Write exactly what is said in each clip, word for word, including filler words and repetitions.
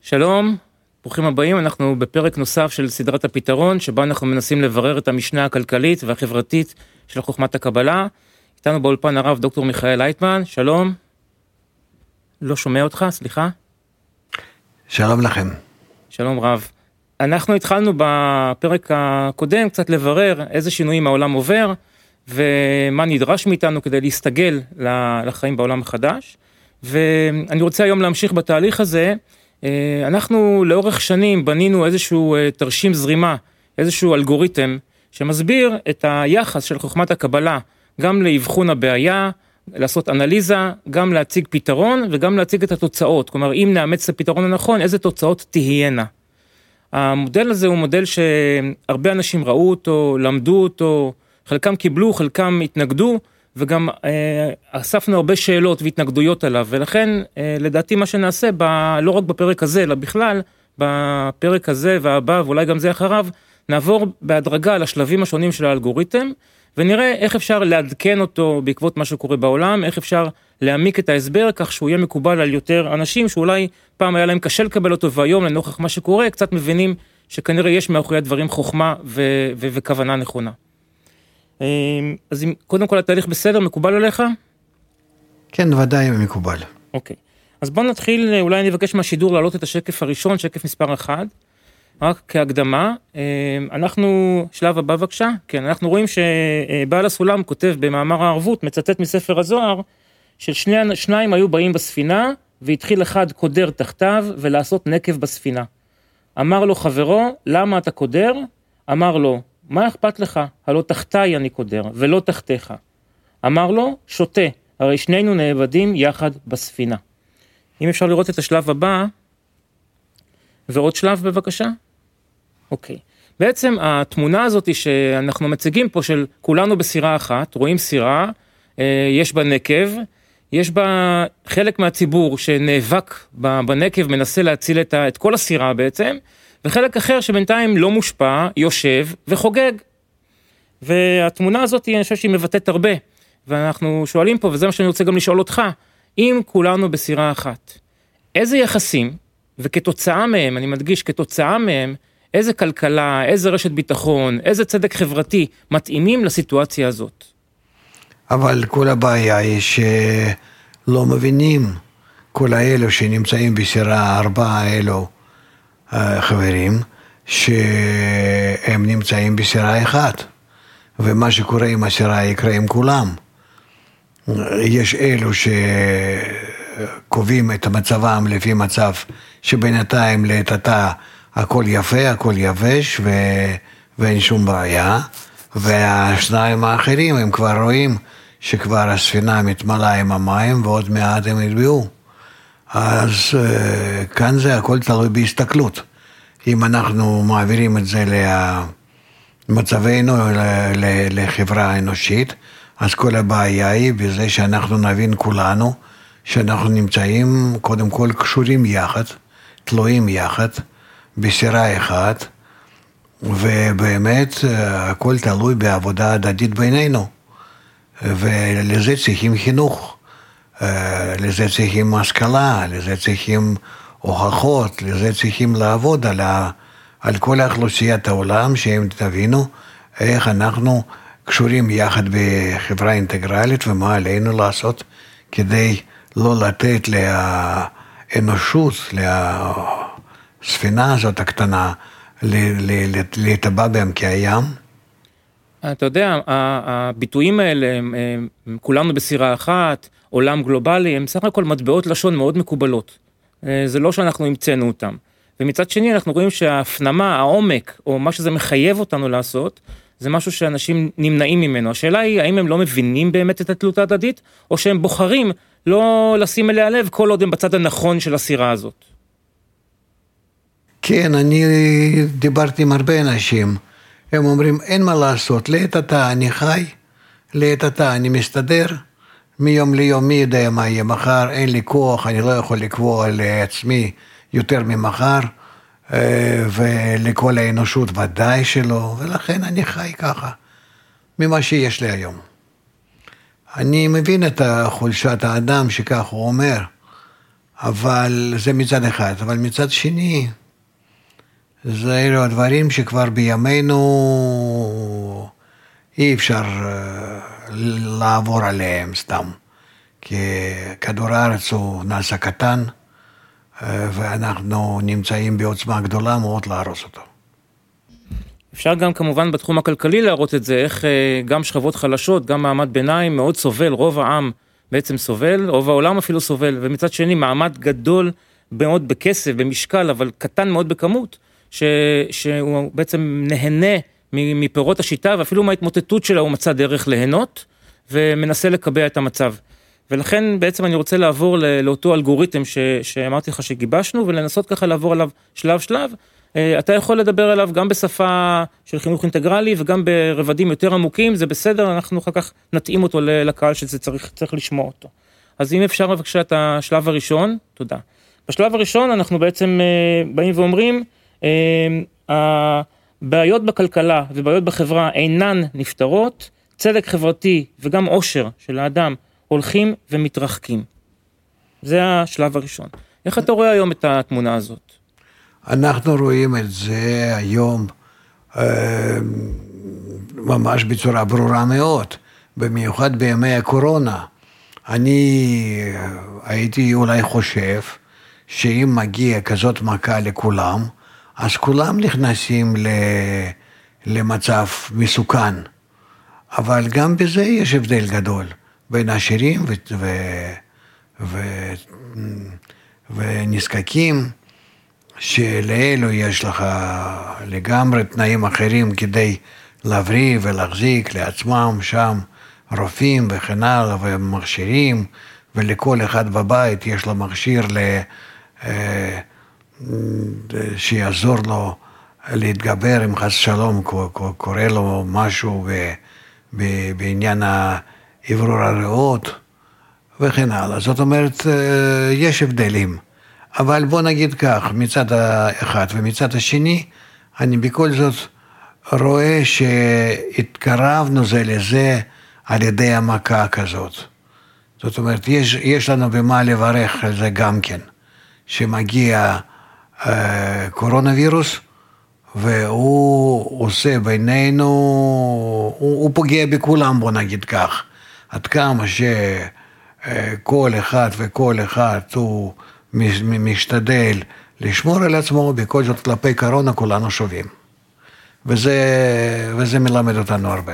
שלום, ברוכים הבאים, אנחנו בפרק נוסף של סדרת הפתרון, שבה אנחנו מנסים לברר את המשנה הכלכלית והחברתית של חוכמת הקבלה. איתנו באולפן הרב דוקטור מיכאל לייטמן, שלום. לא שומע אותך, סליחה. שלום לכם. שלום רב. אנחנו התחלנו בפרק הקודם קצת לברר איזה שינויים העולם עובר, ומה נדרש מאיתנו כדי להסתגל לחיים בעולם החדש. ואני רוצה היום להמשיך בתהליך הזה. אנחנו לאורך שנים בנינו איזשהו תרשים זרימה, איזשהו אלגוריתם שמסביר את היחס של חוכמת הקבלה, גם לאבחון הבעיה, לעשות אנליזה, גם להציג פתרון וגם להציג את התוצאות. כלומר, אם נאמץ את הפתרון הנכון, איזה תוצאות תהיינה. המודל הזה הוא מודל שהרבה אנשים ראו אותו, למדו אותו, חלקם קיבלו, חלקם התנגדו, וגם אה, אספנו הרבה שאלות והתנגדויות עליו, ולכן אה, לדעתי מה שנעשה, ב, לא רק בפרק הזה, אלא בכלל, בפרק הזה והבא, ואולי גם זה אחריו, נעבור בהדרגה לשלבים השונים של האלגוריתם, ונראה איך אפשר לעדכן אותו בעקבות מה שקורה בעולם, איך אפשר להעמיק את ההסבר, כך שהוא יהיה מקובל על יותר אנשים, שאולי פעם היה להם קשה לקבל אותו, והיום לנוכח מה שקורה, קצת מבינים שכנראה יש מאחורי הדברים חוכמה ו- ו- וכוונה נכונה. אז אם, קודם כל התהליך בסדר, מקובל עליך? כן, ודאי מקובל. אוקיי. אז בואו נתחיל, אולי אני אבקש מהשידור להעלות את השקף הראשון, שקף מספר אחד, רק כהקדמה. אנחנו, שלב הבא בבקשה, כן, אנחנו רואים שבעל הסולם כותב במאמר הערבות, מצטט מספר הזוהר, של שני, שניים היו באים בספינה, והתחיל אחד קודר תחתיו, ולעשות נקב בספינה. אמר לו חברו, למה אתה קודר? אמר לו, מה אכפת לך? הלא תחתיי אני קודר, ולא תחתיך. אמר לו, שותה, הרי שנינו נאבדים יחד בספינה. אם אפשר לראות את השלב הבא, ועוד שלב בבקשה. אוקיי. בעצם התמונה הזאת שאנחנו מציגים פה של כולנו בסירה אחת, רואים סירה, יש בה נקב, יש בה חלק מהציבור שנאבק בנקב, מנסה להציל את כל הסירה בעצם, וחלק אחר שבינתיים לא מושפע, יושב וחוגג. והתמונה הזאת, אני חושב שהיא מבטאת הרבה. ואנחנו שואלים פה, וזה מה שאני רוצה גם לשאול אותך, אם כולנו בסירה אחת, איזה יחסים, וכתוצאה מהם, אני מדגיש, כתוצאה מהם, איזה כלכלה, איזה רשת ביטחון, איזה צדק חברתי, מתאימים לסיטואציה הזאת? אבל כל הבעיה היא שלא מבינים, כל האלו שנמצאים בסירה, ארבעה האלו, חברים, שהם נמצאים בסירה אחת, ומה שקורה עם הסירה יקרה עם כולם. יש אלו שקובעים את מצבם לפי מצב שבינתיים לעת עתה הכל יפה, הכל יבש ו... ואין שום בעיה, והשניים האחרים הם כבר רואים שכבר הספינה מתמלאה עם המים ועוד מעט הם יטבעו. אז כאן זה הכל תלוי בהסתכלות. אם אנחנו מעבירים את זה למצבנו, לחברה האנושית, אז כל הבעיה היא בזה שאנחנו נבין כולנו, שאנחנו נמצאים קודם כל קשורים יחד, תלויים יחד, בסירה אחת, ובאמת הכל תלוי בעבודה הדדית בינינו, ולזה צריכים חינוך. לזה צריכים השכלה, לזה צריכים הוכחות, לזה צריכים לעבוד על, ה, על כל האוכלוסיית העולם, שהם תבינו איך אנחנו קשורים יחד בחברה אינטגרלית, ומה עלינו לעשות כדי לא לתת לאנושות, לספינה הזאת הקטנה, להטבע בהם כהים. אתה יודע, הביטויים האלה, הם, הם, כולנו בסירה אחת, עולם גלובלי, הם סך הכל מטבעות לשון מאוד מקובלות. זה לא שאנחנו המצאנו אותם. ומצד שני אנחנו רואים שההפנמה, העומק, או מה שזה מחייב אותנו לעשות, זה משהו שאנשים נמנעים ממנו. השאלה היא, האם הם לא מבינים באמת את התלות ההדדית, או שהם בוחרים לא לשים אליה לב כל עוד הם בצד הנכון של הסירה הזאת? כן, אני דיברתי עם הרבה אנשים. הם אומרים, אין מה לעשות, לעת עתה אני חי, לעת עתה אני מסתדר, מיום ליום, מי יודע מה יהיה מחר, אין לי כוח, אני לא יכול לקבוע לעצמי יותר ממחר, ולכל האנושות ודאי שלא, ולכן אני חי ככה, ממה שיש לי היום. אני מבין את חולשת האדם שכך הוא אומר, אבל זה מצד אחד, אבל מצד שני, זה אלו הדברים שכבר בימינו אי אפשר לעבור עליהם סתם, כי כדור הארץ הוא נעשה קטן, ואנחנו נמצאים בעוצמה גדולה מאוד להרוס אותו. אפשר גם כמובן בתחום הכלכלי להראות את זה, איך גם שכבות חלשות, גם מעמד ביניים מאוד סובל, רוב העם בעצם סובל, רוב העולם אפילו סובל, ומצד שני מעמד גדול מאוד בכסף, במשקל, אבל קטן מאוד בכמות, ש, שהוא בעצם נהנה מפירות השיטה, ואפילו מההתמוטטות שלה הוא מצא דרך ליהנות, ומנסה לקבע את המצב. ולכן בעצם אני רוצה לעבור לאותו אלגוריתם ש, שאמרתי לך שגיבשנו, ולנסות ככה לעבור עליו שלב שלב. אתה יכול לדבר עליו גם בשפה של חינוך אינטגרלי, וגם ברבדים יותר עמוקים, זה בסדר, אנחנו אחר כך נתאים אותו לקהל שזה צריך, צריך לשמוע אותו. אז אם אפשר בבקשה את השלב הראשון, תודה. בשלב הראשון אנחנו בעצם באים ואומרים, הבעיות בכלכלה ובעיות בחברה אינן נפתרות, צדק חברתי וגם עושר של האדם הולכים ומתרחקים. זה השלב הראשון. איך אתה רואה היום את התמונה הזאת? אנחנו רואים את זה היום ממש בצורה ברורה מאוד, במיוחד בימי הקורונה. אני הייתי אולי חושב שאם מגיע כזאת מכה לכולם, אז כולם נכנסים למצב מסוכן. אבל גם בזה יש הבדל גדול בין עשירים ו... ו... ו... ונזקקים, שלאלו יש לך לגמרי תנאים אחרים כדי להבריא ולהחזיק לעצמם שם רופאים וכן הלאה ומכשירים, ולכל אחד בבית יש לו מכשיר ל... שיעזור לו להתגבר אם חס שלום קורא לו משהו בעניין העברור הריאות וכן הלאה. זאת אומרת, יש הבדלים. אבל בוא נגיד כך, מצד האחד ומצד השני, אני בכל זאת רואה שהתקרבנו זה לזה על ידי המכה כזאת. זאת אומרת, יש, יש לנו במה לברך על זה גם כן, שמגיע אה, קורונה וירוס, והוא עושה בינינו, הוא, הוא פוגע בכולם, בוא נגיד כך. עד כמה שכל אחד וכל אחד הוא משתדל לשמור על עצמו, בכל זאת כלפי קורונה כולנו שווים. וזה, וזה מלמד אותנו הרבה.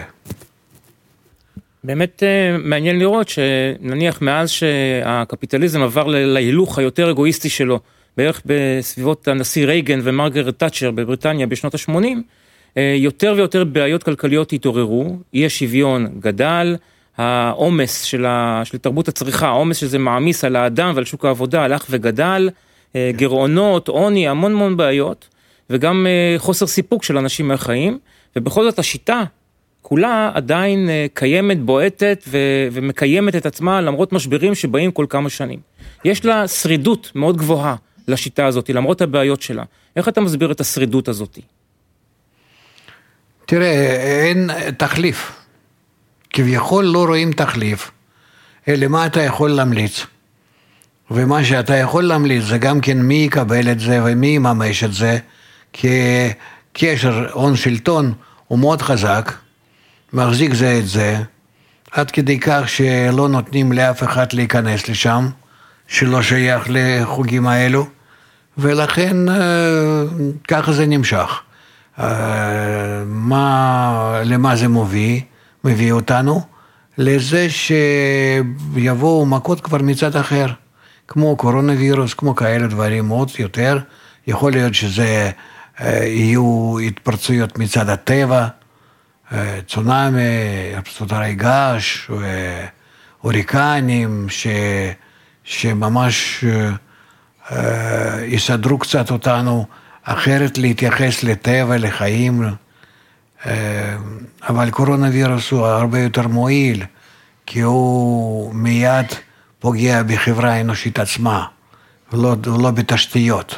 באמת מעניין לראות שנניח מאז שהקפיטליזם עבר להילוך היותר אגואיסטי שלו, בערך בסביבות הנשיא רייגן ומרגרט תאצ'ר בבריטניה בשנות ה-שמונים, יותר ויותר בעיות כלכליות התעוררו, אי השוויון גדל, העומס של, ה... של תרבות הצריכה, העומס שזה מעמיס על האדם ועל שוק העבודה הלך וגדל, גירעונות, עוני, המון המון בעיות, וגם חוסר סיפוק של אנשים מהחיים, ובכל זאת השיטה כולה עדיין קיימת, בועטת ו... ומקיימת את עצמה למרות משברים שבאים כל כמה שנים. יש לה שרידות מאוד גבוהה לשיטה הזאת, למרות הבעיות שלה. איך אתה מסביר את השרידות הזאת? תראה, אין תחליף. כביכול לא רואים תחליף, אלא מה אתה יכול להמליץ. ומה שאתה יכול להמליץ זה גם כן מי יקבל את זה ומי יממש את זה, כי קשר הון שלטון הוא מאוד חזק, מחזיק זה את זה, עד כדי כך שלא נותנים לאף אחד להיכנס לשם, שלא שייך לחוגים האלו, ולכן ככה זה נמשך. מה, למה זה מוביל? מביא אותנו לזה שיבואו מכות כבר מצד אחר, כמו קורונה וירוס, כמו כאלה דברים מאוד יותר. יכול להיות שזה יהיו התפרצויות מצד הטבע, צונאמי, סוטרי געש, הוריקנים, ש, שממש יסדרו קצת אותנו אחרת להתייחס לטבע, לחיים. אבל קורונה וירוס הוא הרבה יותר מועיל, כי הוא מיד פוגע בחברה האנושית עצמה, ולא, ולא בתשתיות.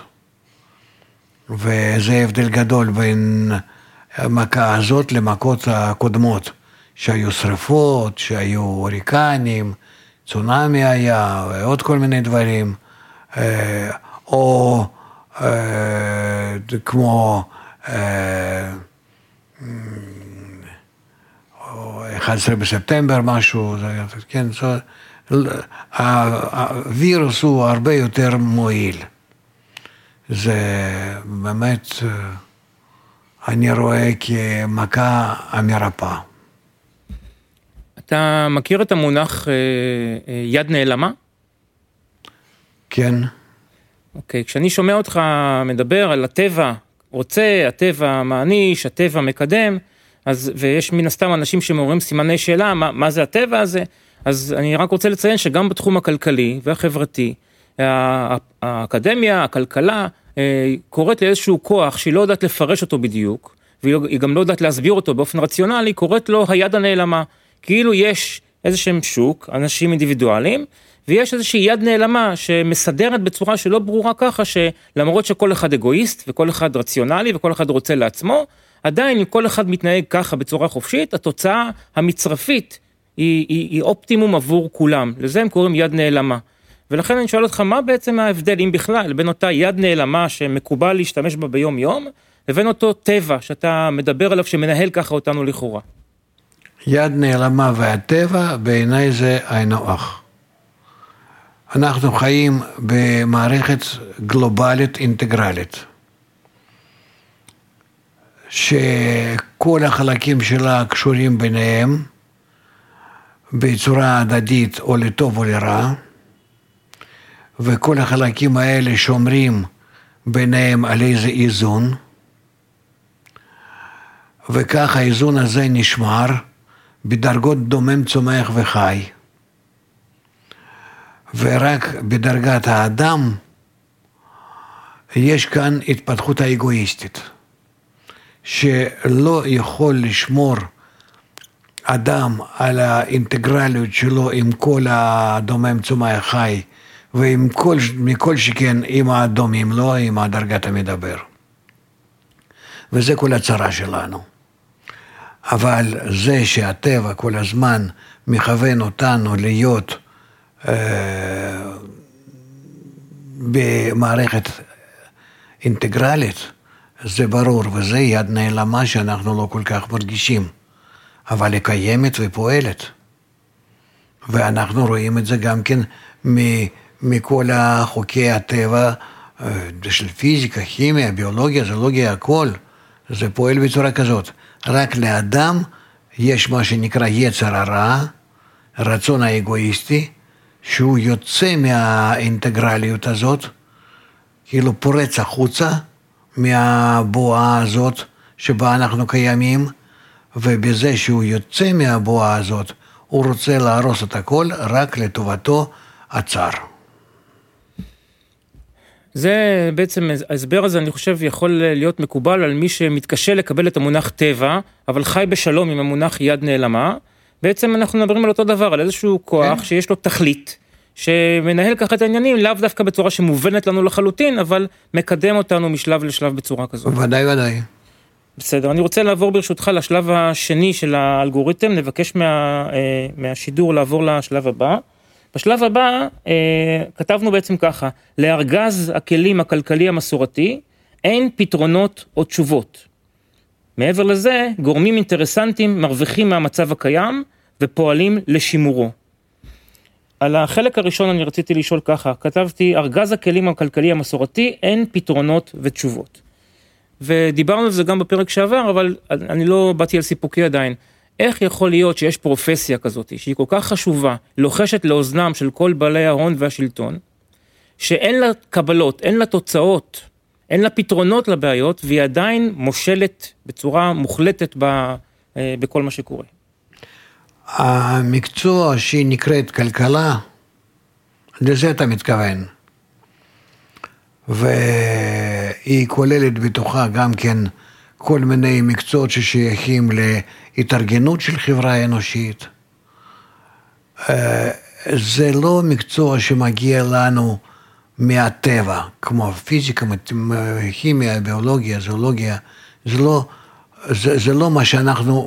וזה הבדל גדול בין המכה הזאת למכות הקודמות, שהיו שריפות, שהיו הוריקנים, צונאמי היה, ועוד כל מיני דברים. או כמו אחד עשר בספטמבר משהו, כן, הווירוס הוא הרבה יותר מועיל. זה באמת, אני רואה כמכה המרפאה. אתה מכיר את המונח יד נעלמה? כן. אוקיי, כשאני שומע אותך מדבר על הטבע רוצה, הטבע מעניש, הטבע מקדם, אז, ויש מן הסתם אנשים שמעוררים סימני שאלה, מה, מה זה הטבע הזה? אז אני רק רוצה לציין שגם בתחום הכלכלי והחברתי, האקדמיה, הכלכלה, קוראת לאיזשהו כוח שהיא לא יודעת לפרש אותו בדיוק, והיא גם לא יודעת להסביר אותו באופן רציונלי, קוראת לו היד הנעלמה. כאילו יש איזשהם שוק, אנשים אינדיבידואליים, ויש איזושהי יד נעלמה שמסדרת בצורה שלא ברורה ככה, שלמרות שכל אחד אגואיסט וכל אחד רציונלי וכל אחד רוצה לעצמו, עדיין אם כל אחד מתנהג ככה בצורה חופשית, התוצאה המצרפית היא, היא, היא אופטימום עבור כולם. לזה הם קוראים יד נעלמה. ולכן אני שואל אותך, מה בעצם ההבדל, אם בכלל, בין אותה יד נעלמה שמקובל להשתמש בה ביום יום, לבין אותו טבע שאתה מדבר עליו שמנהל ככה אותנו לכאורה? יד נעלמה והטבע בעיניי זה היינו הך. אנחנו חיים במערכת גלובלית אינטגרלית, שכל החלקים שלה קשורים ביניהם, בצורה הדדית או לטוב או לרע, וכל החלקים האלה שומרים ביניהם על איזה איזון, וכך האיזון הזה נשמר בדרגות דומם, צומח וחי. ורק בדרגת האדם יש כאן התפתחות האגואיסטית, שלא יכול לשמור אדם על האינטגרליות שלו עם כל הדומם, צומח, חי, ועם כל, מכל שכן עם הדומים, לא עם הדרגת המדבר. וזה כל הצרה שלנו. אבל זה שהטבע כל הזמן מכוון אותנו להיות אה, במערכת אינטגרלית, זה ברור, וזה יד נעלמה שאנחנו לא כל כך מרגישים, אבל היא קיימת ופועלת. ואנחנו רואים את זה גם כן מכל חוקי הטבע, של פיזיקה, כימיה, ביולוגיה, זולוגיה, הכל. זה פועל בצורה כזאת. רק לאדם יש מה שנקרא יצר הרע, רצון האגואיסטי, שהוא יוצא מהאינטגרליות הזאת, כאילו פורץ החוצה מהבועה הזאת שבה אנחנו קיימים, ובזה שהוא יוצא מהבועה הזאת, הוא רוצה להרוס את הכל רק לטובתו הצר. זה בעצם, ההסבר הזה אני חושב יכול להיות מקובל על מי שמתקשה לקבל את המונח טבע, אבל חי בשלום עם המונח יד נעלמה. בעצם אנחנו מדברים על אותו דבר, על איזשהו כוח כן. שיש לו תכלית, שמנהל ככה את העניינים, לאו דווקא בצורה שמובנת לנו לחלוטין, אבל מקדם אותנו משלב לשלב בצורה כזאת. ודאי, ודאי. בסדר, אני רוצה לעבור ברשותך לשלב השני של האלגוריתם, נבקש מה, מהשידור לעבור לשלב הבא. בשלב הבא כתבנו בעצם ככה, לארגז הכלים הכלכלי המסורתי, אין פתרונות או תשובות. מעבר לזה, גורמים אינטרסנטים מרוויחים מהמצב הקיים, ופועלים לשימורו. על החלק הראשון אני רציתי לשאול ככה, כתבתי, ארגז הכלים הכלכלי המסורתי, אין פתרונות ותשובות. ודיברנו על זה גם בפרק שעבר, אבל אני לא באתי על סיפוקי עדיין. איך יכול להיות שיש פרופסיה כזאת, שהיא כל כך חשובה, לוחשת לאוזנם של כל בעלי ההון והשלטון, שאין לה קבלות, אין לה תוצאות, אין לה פתרונות לבעיות, והיא עדיין מושלת בצורה מוחלטת ב, בכל מה שקורה. המקצוע שהיא נקראת כלכלה, לזה אתה מתכוון. והיא כוללת בתוכה גם כן כל מיני מקצועות ששייכים להתארגנות של חברה אנושית. זה לא מקצוע שמגיע לנו מהטבע, כמו פיזיקה, כימיה, ביולוגיה, זואולוגיה. זה לא, זה, זה לא מה שאנחנו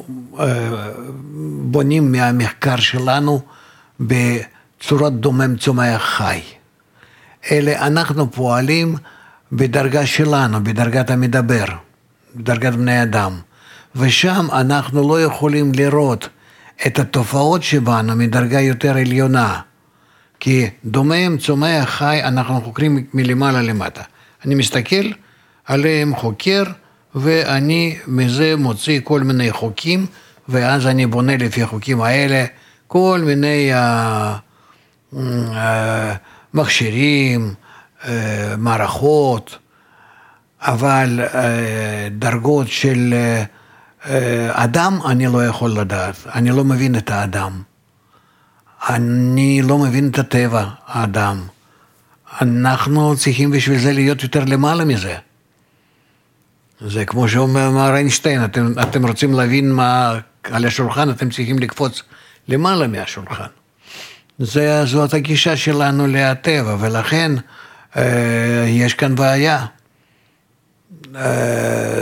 בונים מהמחקר שלנו בצורת דומם צומח חי. אלא אנחנו פועלים בדרגה שלנו, בדרגת המדבר, בדרגת בני אדם, ושם אנחנו לא יכולים לראות את התופעות שבנו מדרגה יותר עליונה, כי דומם, צומח, חי, אנחנו חוקרים מלמעלה למטה. אני מסתכל עליהם, חוקר, ואני מזה מוציא כל מיני חוקים, ואז אני בונה לפי החוקים האלה כל מיני uh, uh, מכשירים, uh, מערכות, אבל uh, דרגות של uh, uh, אדם אני לא יכול לדעת, אני לא מבין את האדם, אני לא מבין את הטבע, האדם. אנחנו צריכים בשביל זה להיות יותר למעלה מזה. זה כמו שאומר איינשטיין, אתם, אתם רוצים להבין מה על השולחן, אתם צריכים לקפוץ למעלה מהשולחן. זה, זאת הגישה שלנו לטבע, ולכן אה, יש כאן בעיה, אה,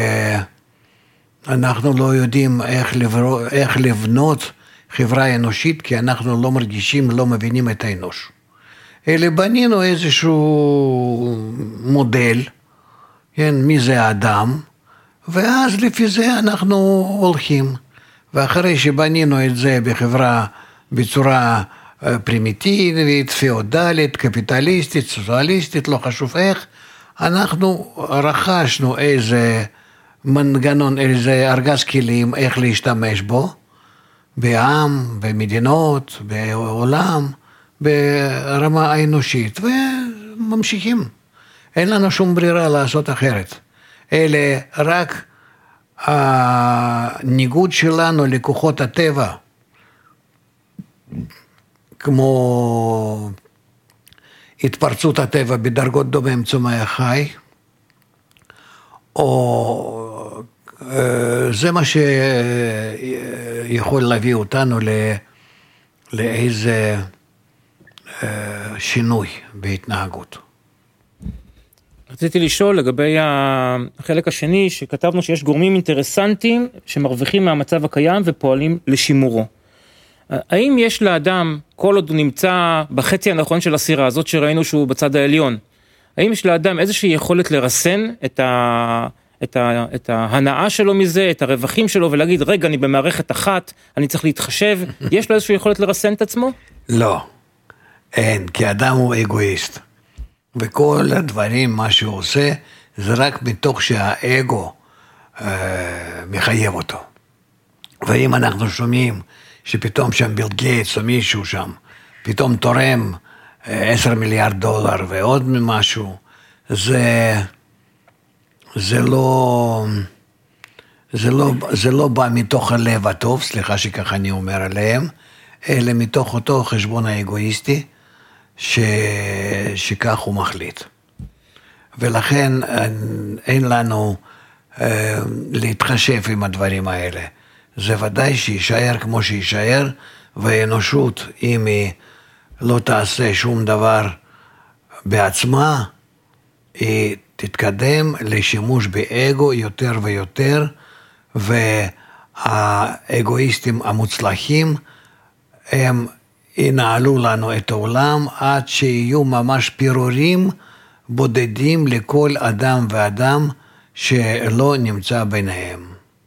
שאנחנו לא יודעים איך, לבר... איך לבנות חברה אנושית, כי אנחנו לא מרגישים, לא מבינים את האנוש. אלא בנינו איזשהו מודל, כן, מי זה האדם, ואז לפי זה אנחנו הולכים. ואחרי שבנינו את זה בחברה בצורה פרימיטיבית, פיאודלית, קפיטליסטית, סוציאליסטית, לא חשוב איך, אנחנו רכשנו איזה מנגנון, איזה ארגז כלים, איך להשתמש בו, בעם, במדינות, בעולם, ברמה האנושית, וממשיכים. אין לנו שום ברירה לעשות אחרת. אלה רק הניגוד שלנו לכוחות הטבע, כמו התפרצות הטבע בדרגות דומם צומח חי, או זה מה שיכול להביא אותנו לאיזה שינוי בהתנהגות. רציתי לשאול לגבי החלק השני, שכתבנו שיש גורמים אינטרסנטיים שמרוויחים מהמצב הקיים ופועלים לשימורו. האם יש לאדם, כל עוד הוא נמצא בחצי הנכון של הסירה הזאת שראינו שהוא בצד העליון, האם יש לאדם איזושהי יכולת לרסן את, ה, את, ה, את ההנאה שלו מזה, את הרווחים שלו, ולהגיד, רגע, אני במערכת אחת, אני צריך להתחשב, יש לו איזושהי יכולת לרסן את עצמו? לא, אין, כי אדם הוא אגואיסט. וכל הדברים, מה שהוא עושה, זה רק מתוך שהאגו אה, מחייב אותו. ואם אנחנו שומעים שפתאום שם ביל גייטס או מישהו שם, פתאום תורם אה, עשר מיליארד דולר ועוד משהו, זה, זה לא, זה לא, זה לא בא מתוך הלב הטוב, סליחה שככה אני אומר עליהם, אלא מתוך אותו חשבון האגואיסטי, ש... שכך הוא מחליט. ולכן אין לנו אה, להתחשב עם הדברים האלה. זה ודאי שישאר כמו שישאר, והאנושות, אם היא לא תעשה שום דבר בעצמה, היא תתקדם לשימוש באגו יותר ויותר, והאגואיסטים המוצלחים הם ינעלו לנו את העולם עד שיהיו ממש פירורים בודדים לכל אדם ואדם שלא נמצא ביניהם.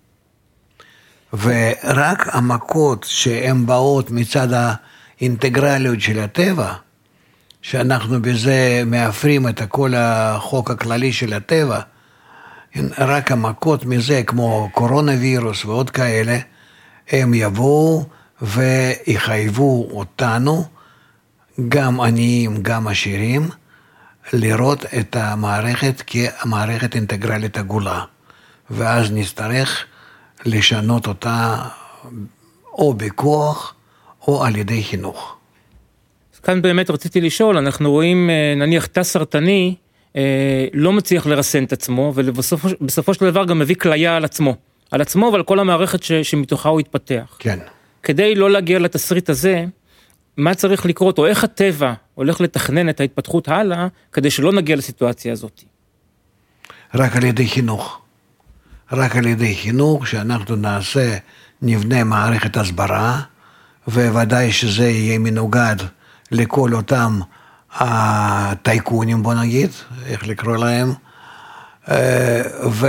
ורק המכות שהן באות מצד האינטגרליות של הטבע, שאנחנו בזה מאפרים את כל החוק הכללי של הטבע, רק המכות מזה כמו קורונה וירוס ועוד כאלה, הם יבואו ויחייבו אותנו, גם עניים, גם עשירים, לראות את המערכת כמערכת אינטגרלית עגולה, ואז נצטרך לשנות אותה או בכוח או על ידי חינוך. כאן באמת רציתי לשאול, אנחנו רואים נניח תא סרטני לא מצליח לרסן את עצמו, ובסופו של דבר גם מביא כליה על עצמו, על עצמו ועל כל המערכת ש, שמתוכה הוא התפתח. כן. כדי לא להגיע לתסריט הזה, מה צריך לקרות, או איך הטבע הולך לתכנן את ההתפתחות הלאה, כדי שלא נגיע לסיטואציה הזאת? רק על ידי חינוך. רק על ידי חינוך, שאנחנו נעשה, נבנה מערכת הסברה, וודאי שזה יהיה מנוגד לכל אותם הטייקונים, בוא נגיד, איך לקרוא להם, ו...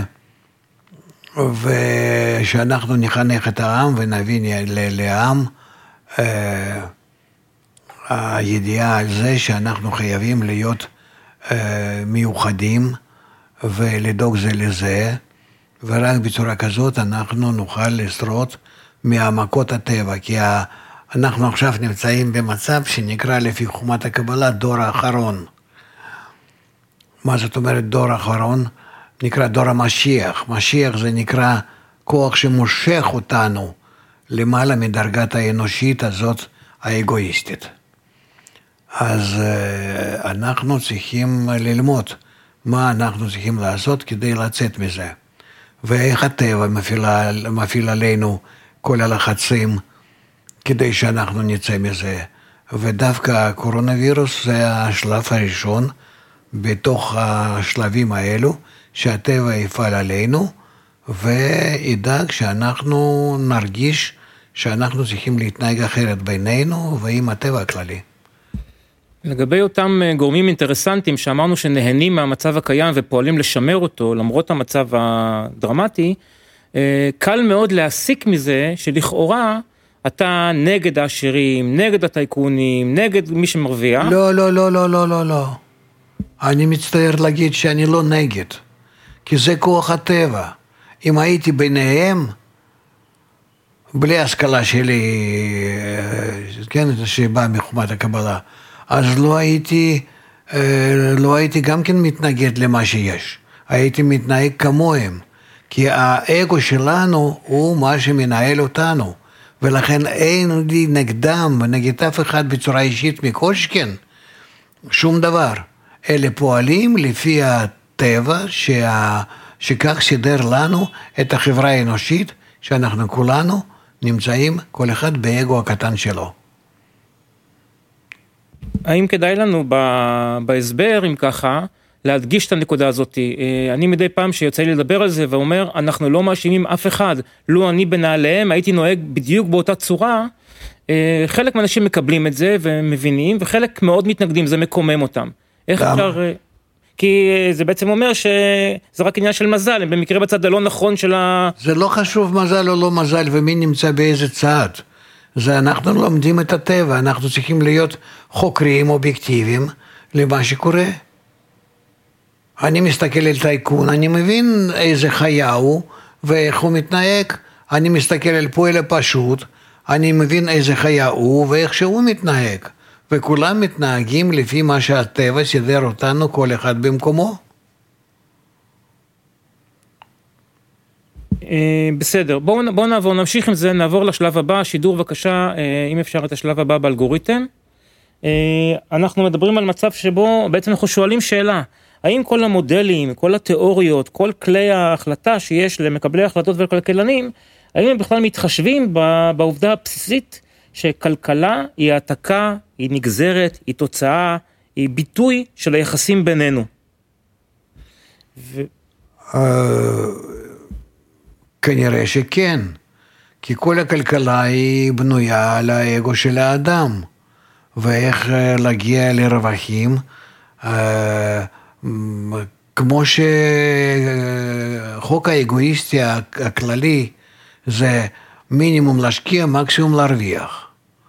ושאנחנו נחנך את העם ונבין לעם הידיעה על זה שאנחנו חייבים להיות מיוחדים ולדאוג זה לזה, ורק בצורה כזאת אנחנו נוכל לשרוד מהעמקות הטבע, כי אנחנו עכשיו נמצאים במצב שנקרא לפי חוכמת הקבלה דור האחרון. מה זאת אומרת דור האחרון? נקרא דור המשיח. משיח זה נקרא כוח שמושך אותנו למעלה מדרגת האנושית הזאת האגואיסטית. אז אנחנו צריכים ללמוד מה אנחנו צריכים לעשות כדי לצאת מזה. ואיך הטבע מפעיל, מפעיל עלינו כל הלחצים כדי שאנחנו נצא מזה. ודווקא הקורונה וירוס זה השלב הראשון בתוך השלבים האלו, שהטבע יפעל עלינו, וידאג שאנחנו נרגיש שאנחנו צריכים להתנהג אחרת בינינו ועם הטבע הכללי. לגבי אותם גורמים אינטרסנטים שאמרנו שנהנים מהמצב הקיים ופועלים לשמר אותו, למרות המצב הדרמטי, קל מאוד להסיק מזה שלכאורה אתה נגד העשירים, נגד הטייקונים, נגד מי שמרוויח. לא, לא, לא, לא, לא, לא, לא. אני מצטער להגיד שאני לא נגד, כי זה כוח הטבע. אם הייתי ביניהם, בלי השכלה שלי, כן, שבאה מחוכמת הקבלה, אז לא הייתי, לא הייתי גם כן מתנגד למה שיש. הייתי מתנהג כמוהם, כי האגו שלנו הוא מה שמנהל אותנו, ולכן אין לי נגדם ונגד אף אחד בצורה אישית מקושקן, שום דבר. אלה פועלים לפי הטבע שה... שכך סידר לנו את החברה האנושית, שאנחנו כולנו נמצאים כל אחד באגו הקטן שלו. האם כדאי לנו בהסבר, אם ככה, להדגיש את הנקודה הזאת? אני מדי פעם שיוצא לי לדבר על זה ואומר, אנחנו לא מאשימים אף אחד, לא אני בנעליהם, הייתי נוהג בדיוק באותה צורה, חלק מהאנשים מקבלים את זה ומבינים, וחלק מאוד מתנגדים, זה מקומם אותם. איך אפשר... כי זה בעצם אומר שזה רק עניין של מזל, הם במקרה בצד הלא נכון של ה... זה לא חשוב מזל או לא מזל ומי נמצא באיזה צד. זה אנחנו לומדים את הטבע, אנחנו צריכים להיות חוקרים אובייקטיביים למה שקורה. אני מסתכל על טייקון, אני מבין איזה חיה הוא ואיך הוא מתנהג, אני מסתכל על פועל הפשוט, אני מבין איזה חיה הוא ואיך שהוא מתנהג. וכולם מתנהגים לפי מה שהטבע סידר אותנו, כל אחד במקומו. בסדר, בואו בוא נעבור, נמשיך עם זה, נעבור לשלב הבא, שידור בבקשה, אם אפשר את השלב הבא באלגוריתם. אנחנו מדברים על מצב שבו בעצם אנחנו שואלים שאלה, האם כל המודלים, כל התיאוריות, כל כלי ההחלטה שיש למקבלי ההחלטות ולכלכלנים, האם הם בכלל מתחשבים בעובדה הבסיסית שכלכלה היא העתקה, היא נגזרת, היא תוצאה, היא ביטוי של היחסים בינינו. ו... כנראה שכן, כי כל הכלכלה היא בנויה על האגו של האדם, ואיך להגיע לרווחים, כמו שחוק האגואיסטי הכללי זה מינימום להשקיע, מקסימום להרוויח.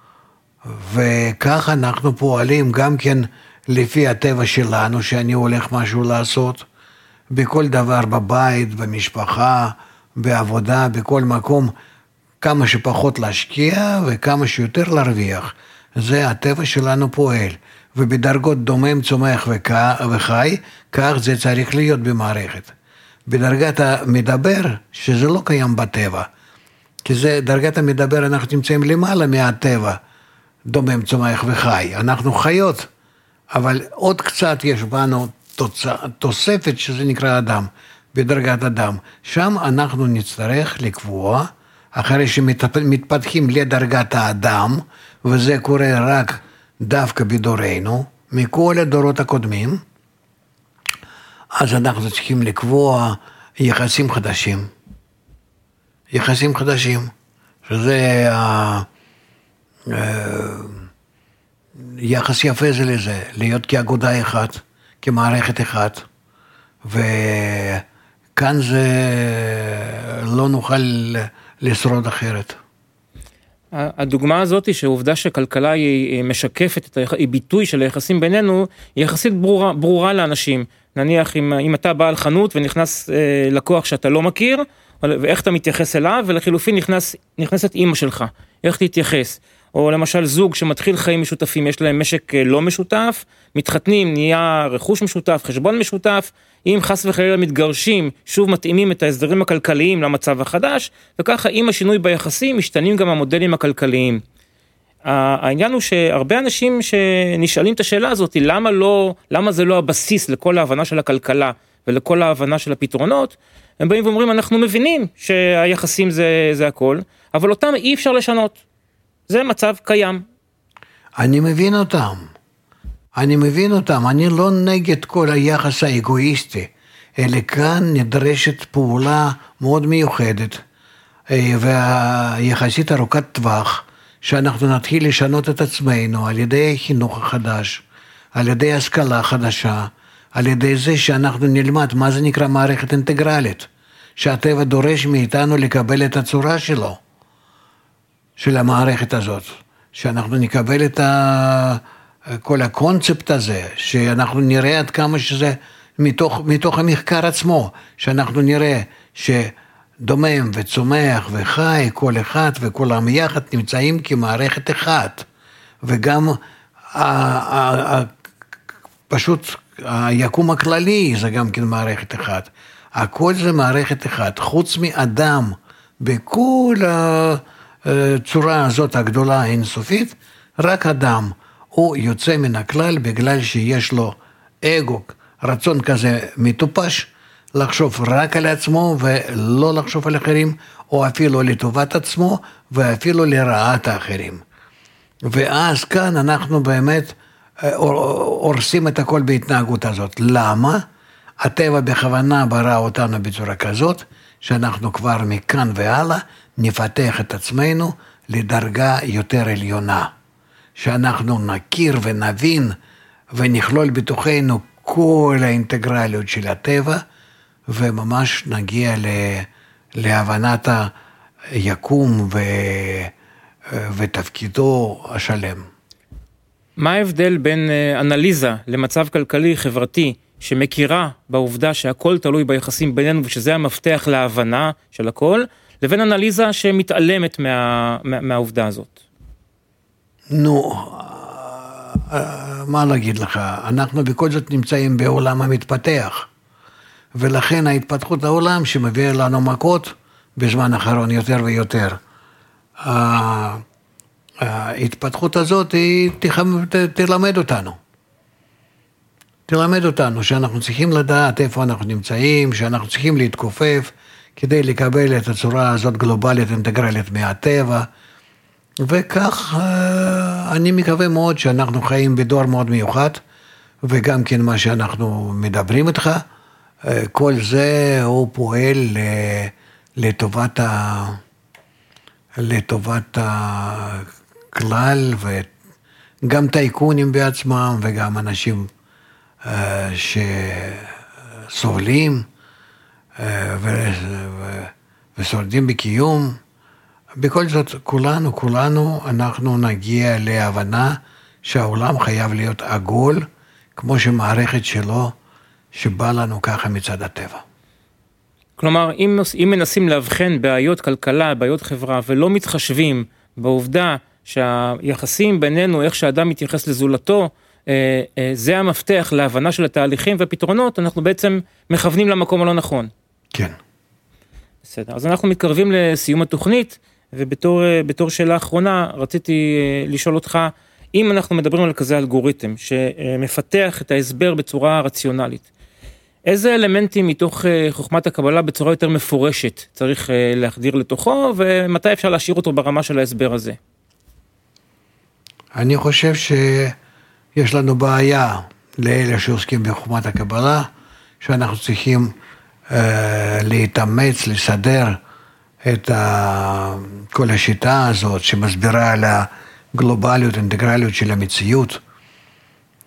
וכך אנחנו פועלים גם כן לפי הטבע שלנו, שאני הולך משהו לעשות, בכל דבר בבית, במשפחה, בעבודה, בכל מקום, כמה שפחות להשקיע וכמה שיותר להרוויח. זה הטבע שלנו פועל, ובדרגות דומם, צומח וחי, כך זה צריך להיות במערכת. בדרגת המדבר, שזה לא קיים בטבע, כי זה דרגת המדבר, אנחנו נמצאים למעלה מהטבע, דומם, צומח וחי. אנחנו חיות, אבל עוד קצת יש בנו תוצא, תוספת שזה נקרא אדם, בדרגת אדם. שם אנחנו נצטרך לקבוע, אחרי שמתפתחים לדרגת האדם, וזה קורה רק דווקא בדורנו, מכל הדורות הקודמים, אז אנחנו צריכים לקבוע יחסים חדשים. יחסים חדשים, שזה יחס יפה זה לזה, להיות כאגודה אחת, כמערכת אחת, וכאן זה לא נוכל לשרוד אחרת. הדוגמה הזאת היא שהעובדה שכלכלה היא משקפת, היא ביטוי של היחסים בינינו, היא יחסית ברורה, ברורה לאנשים. נניח אם, אם אתה בעל חנות ונכנס אה, לקוח שאתה לא מכיר, ואיך אתה מתייחס אליו, ולחילופין נכנס, נכנסת אמא שלך, איך תתייחס. או למשל זוג שמתחיל חיים משותפים, יש להם משק לא משותף, מתחתנים, נהיה רכוש משותף, חשבון משותף, אם חס וחלילה מתגרשים, שוב מתאימים את ההסדרים הכלכליים למצב החדש, וככה עם השינוי ביחסים משתנים גם המודלים הכלכליים. העניין הוא שהרבה אנשים שנשאלים את השאלה הזאת, למה לא, למה זה לא הבסיס לכל ההבנה של הכלכלה ולכל ההבנה של הפתרונות, הם באים ואומרים, אנחנו מבינים שהיחסים זה, זה הכל, אבל אותם אי אפשר לשנות. זה מצב קיים. אני מבין אותם. אני מבין אותם. אני לא נגד כל היחס האגואיסטי, אלא כאן נדרשת פעולה מאוד מיוחדת, ויחסית ארוכת טווח, שאנחנו נתחיל לשנות את עצמנו על ידי חינוך החדש, על ידי השכלה חדשה, על ידי זה שאנחנו נלמד מה זה נקרא מערכת אינטגרלית, שהטבע דורש מאיתנו לקבל את הצורה שלו, של המערכת הזאת, שאנחנו נקבל את ה... כל הקונספט הזה, שאנחנו נראה עד כמה שזה מתוך, מתוך המחקר עצמו, שאנחנו נראה שדומם וצומח וחי, כל אחד וכולם יחד נמצאים כמערכת אחת, וגם ה, ה, ה, פשוט היקום הכללי זה גם כן מערכת אחת. הכל זה מערכת אחת, חוץ מאדם, בכל הצורה הזאת הגדולה האינסופית, רק אדם. הוא יוצא מן הכלל בגלל שיש לו אגו, רצון כזה מטופש, לחשוב רק על עצמו ולא לחשוב על אחרים, או אפילו לטובת עצמו ואפילו לרעת האחרים. ואז כאן אנחנו באמת הורסים את הכל בהתנהגות הזאת. למה? הטבע בכוונה ברא אותנו בצורה כזאת, שאנחנו כבר מכאן והלאה נפתח את עצמנו לדרגה יותר עליונה. שאנחנו נכיר ונבין ונכלול בתוכנו כל האינטגרליות של הטבע, וממש נגיע להבנת היקום ו... ותפקידו השלם. מה ההבדל בין אנליזה למצב כלכלי חברתי שמכירה בעובדה שהכל תלוי ביחסים בינינו ושזה המפתח להבנה של הכל, לבין אנליזה שמתעלמת מה... מהעובדה הזאת? נו, מה להגיד לך? אנחנו בכל זאת נמצאים בעולם המתפתח, ולכן ההתפתחות העולם שמביא לנו מכות בזמן האחרון יותר ויותר. ההתפתחות הזאת היא תלמד אותנו. תלמד אותנו שאנחנו צריכים לדעת איפה אנחנו נמצאים, שאנחנו צריכים להתכופף כדי לקבל את הצורה הזאת גלובלית אינטגרלית מהטבע, וכך אני מקווה מאוד שאנחנו חיים בדור מאוד מיוחד, וגם כן מה שאנחנו מדברים איתך, כל זה הוא פועל לטובת, ה... לטובת הכלל, וגם טייקונים בעצמם, וגם אנשים שסובלים ושורדים בקיום. בכל זאת, כולנו, כולנו, אנחנו נגיע להבנה שהעולם חייב להיות עגול, כמו שמערכת שלו, שבא לנו ככה מצד הטבע. כלומר, אם, אם מנסים להבחן בעיות כלכלה, בעיות חברה, ולא מתחשבים בעובדה שהיחסים בינינו, איך שאדם מתייחס לזולתו, זה המפתח להבנה של התהליכים והפתרונות, אנחנו בעצם מכוונים למקום הלא נכון. כן. בסדר, אז אנחנו מתקרבים לסיום התוכנית, ובתור בתור שאלה האחרונה, רציתי לשאול אותך, אם אנחנו מדברים על כזה אלגוריתם, שמפתח את ההסבר בצורה רציונלית, איזה אלמנטים מתוך חוכמת הקבלה בצורה יותר מפורשת צריך להחדיר לתוכו, ומתי אפשר להשאיר אותו ברמה של ההסבר הזה? אני חושב שיש לנו בעיה לאלה שעוסקים בחוכמת הקבלה, שאנחנו צריכים אה, להתאמץ, לסדר את ה... כל השיטה הזאת שמסבירה על הגלובליות, אינטגרליות של המציאות,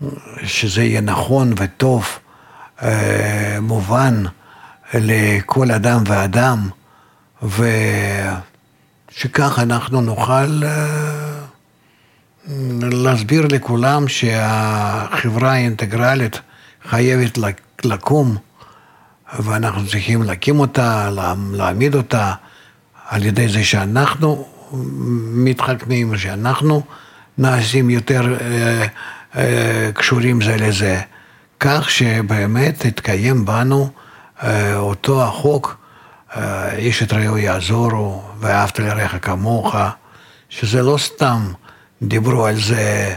שזה יהיה נכון וטוב, מובן לכל אדם ואדם, ושכך אנחנו נוכל להסביר לכולם שהחברה האינטגרלית חייבת לקום, ואנחנו צריכים להקים אותה, להעמיד אותה, על ידי זה שאנחנו מתחכמים, שאנחנו נעשים יותר אה, אה, קשורים זה לזה, כך שבאמת התקיים בנו אה, אותו החוק, אה, איש את רעהו יעזורו, ואהבת לרעך כמוך, שזה לא סתם דיברו על זה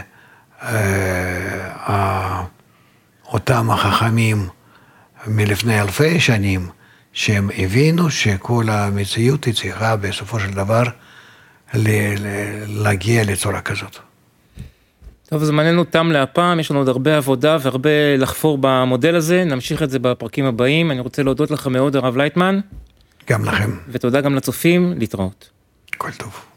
אה, אותם החכמים מלפני אלפי שנים, שהם הבינו שכל המציאות היא צריכה בסופו של דבר להגיע לצורה כזאת. טוב, זמננו תם להפעם, יש לנו עוד הרבה עבודה והרבה לחפור במודל הזה, נמשיך את זה בפרקים הבאים. אני רוצה להודות לך מאוד, הרב לייטמן. גם לכם. ותודה גם לצופים, להתראות. כל טוב.